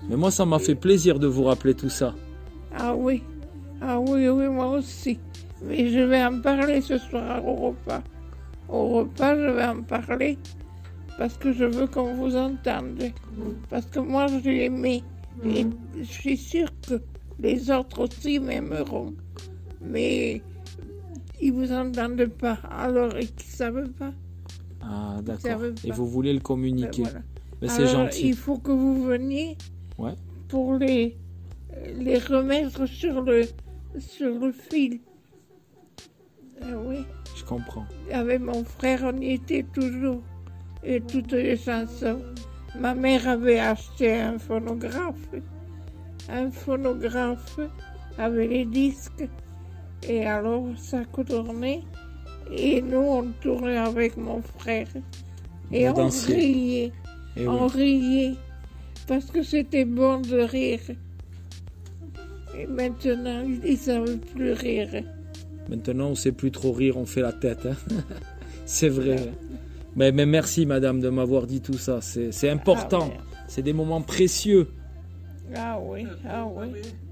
Mais moi, ça m'a fait plaisir de vous rappeler tout ça. Ah oui, oui, moi aussi. Mais je vais en parler ce soir au repas. Au repas, je vais en parler parce que je veux qu'on vous entende. Parce que moi, je l'aimais. Et je suis sûre que les autres aussi m'aimeront. Mais ils vous entendent pas, alors ils ne savent pas. Ah, Ils d'accord. savent Et pas. vous voulez le communiquer. Voilà. Mais c'est Alors, gentil. il faut que vous veniez Ouais. pour les remettre sur le fil. Oui, Je comprends. avec mon frère, on y était toujours. Et toutes les chansons. Ma mère avait acheté un phonographe avec les disques. Et alors, ça tournait. Et nous, on tournait avec mon frère. Et Vous on dansiez. riait. Eh On oui. riait. Parce que c'était bon de rire. Et maintenant, ils ne savent plus rire. Maintenant, on ne sait plus trop rire, on fait la tête. Hein. C'est vrai. Mais merci, madame, de m'avoir dit tout ça. C'est important. Ah ouais. C'est des moments précieux. Ah oui, ah oui.